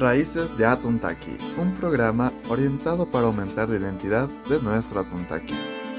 Raíces de Atuntaqui, un programa orientado para aumentar la identidad de nuestro Atuntaqui.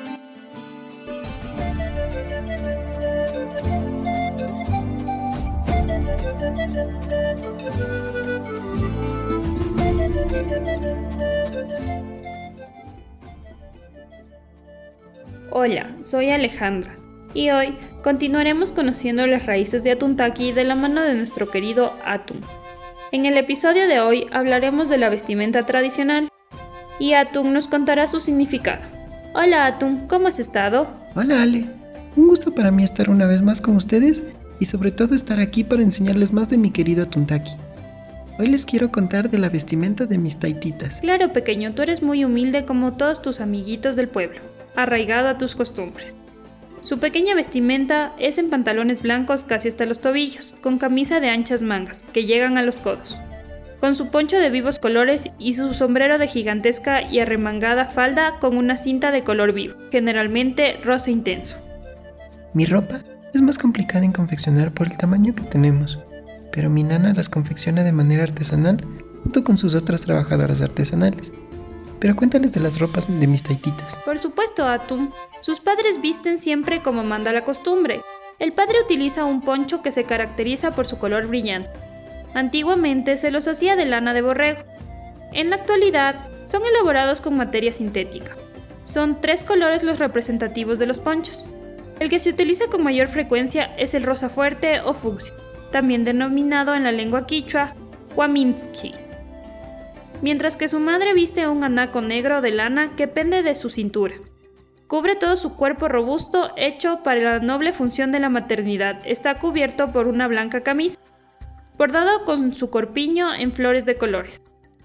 Hola, soy Alejandra y hoy continuaremos conociendo las raíces de Atuntaqui de la mano de nuestro querido Atun. En el episodio de hoy hablaremos de la vestimenta tradicional y Atun nos contará su significado. Hola Atun, ¿cómo has estado? Hola Ale, un gusto para mí estar una vez más con ustedes y sobre todo estar aquí para enseñarles más de mi querido Atuntaqui. Hoy les quiero contar de la vestimenta de mis taititas. Claro pequeño, tú eres muy humilde como todos tus amiguitos del pueblo, arraigado a tus costumbres. Su pequeña vestimenta es en pantalones blancos casi hasta los tobillos, con camisa de anchas mangas, que llegan a los codos, con su poncho de vivos colores y su sombrero de gigantesca y arremangada falda con una cinta de color vivo, generalmente rosa intenso. Mi ropa es más complicada en confeccionar por el tamaño que tenemos, pero mi nana las confecciona de manera artesanal junto con sus otras trabajadoras artesanales. Pero cuéntales de las ropas de mis taititas. Por supuesto, Atun. Sus padres visten siempre como manda la costumbre. El padre utiliza un poncho que se caracteriza por su color brillante. Antiguamente se los hacía de lana de borrego. En la actualidad son elaborados con materia sintética. Son 3 colores los representativos de los ponchos. El que se utiliza con mayor frecuencia es el rosa fuerte o fucsia, también denominado en la lengua quichua huaminski. Mientras que su madre viste un anaco negro de lana que pende de su cintura. Cubre todo su cuerpo robusto, hecho para la noble función de la maternidad. Está cubierto por una blanca camisa, bordado con su corpiño en flores de colores.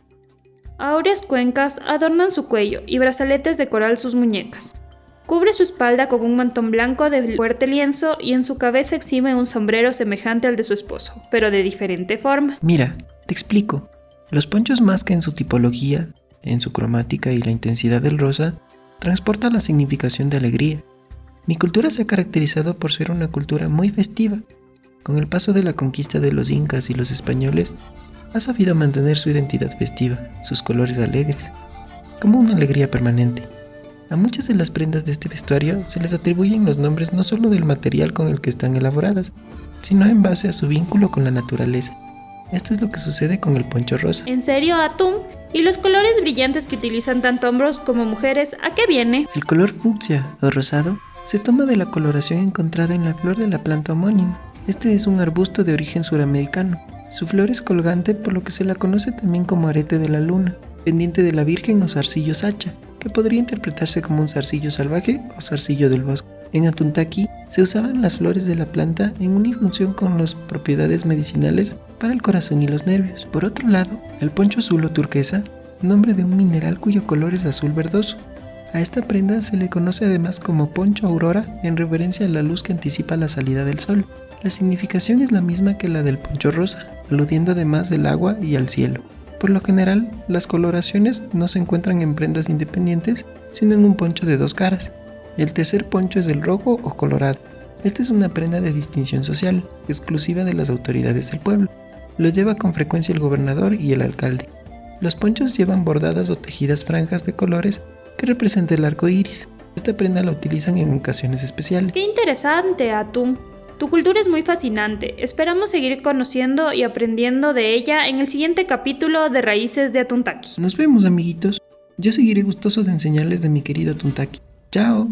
Áureas cuencas adornan su cuello y brazaletes de coral sus muñecas. Cubre su espalda con un mantón blanco de fuerte lienzo y en su cabeza exhibe un sombrero semejante al de su esposo, pero de diferente forma. Mira, te explico. Los ponchos, más que en su tipología, en su cromática y la intensidad del rosa, transportan la significación de alegría. Mi cultura se ha caracterizado por ser una cultura muy festiva. Con el paso de la conquista de los incas y los españoles, ha sabido mantener su identidad festiva, sus colores alegres, como una alegría permanente. A muchas de las prendas de este vestuario se les atribuyen los nombres no solo del material con el que están elaboradas, sino en base a su vínculo con la naturaleza. Esto es lo que sucede con el poncho rosa. ¿En serio, Atun? ¿Y los colores brillantes que utilizan tanto hombres como mujeres, a qué viene? El color fucsia o rosado se toma de la coloración encontrada en la flor de la planta homónima. Este es un arbusto de origen suramericano. Su flor es colgante, por lo que se la conoce también como arete de la luna, pendiente de la Virgen o zarcillo sacha, que podría interpretarse como un zarcillo salvaje o zarcillo del bosque. En Atuntaqui se usaban las flores de la planta en unifunción con las propiedades medicinales para el corazón y los nervios. Por otro lado, el poncho azul o turquesa, nombre de un mineral cuyo color es azul verdoso. A esta prenda se le conoce además como poncho aurora en referencia a la luz que anticipa la salida del sol. La significación es la misma que la del poncho rosa, aludiendo además al agua y al cielo. Por lo general, las coloraciones no se encuentran en prendas independientes, sino en un poncho de 2 caras. El tercer poncho es el rojo o colorado. Esta es una prenda de distinción social, exclusiva de las autoridades del pueblo. Lo lleva con frecuencia el gobernador y el alcalde. Los ponchos llevan bordadas o tejidas franjas de colores que representan el arco iris. Esta prenda la utilizan en ocasiones especiales. ¡Qué interesante, Atun! Tu cultura es muy fascinante. Esperamos seguir conociendo y aprendiendo de ella en el siguiente capítulo de Raíces de Atuntaqui. Nos vemos, amiguitos. Yo seguiré gustoso de enseñarles de mi querido Atuntaqui. ¡Chao!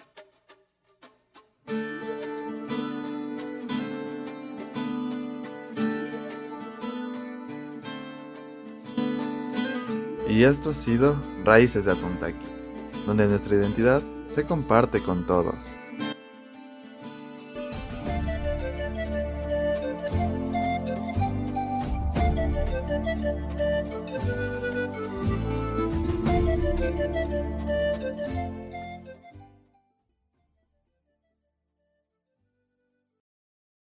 Y esto ha sido Raíces de Atuntaqui, donde nuestra identidad se comparte con todos.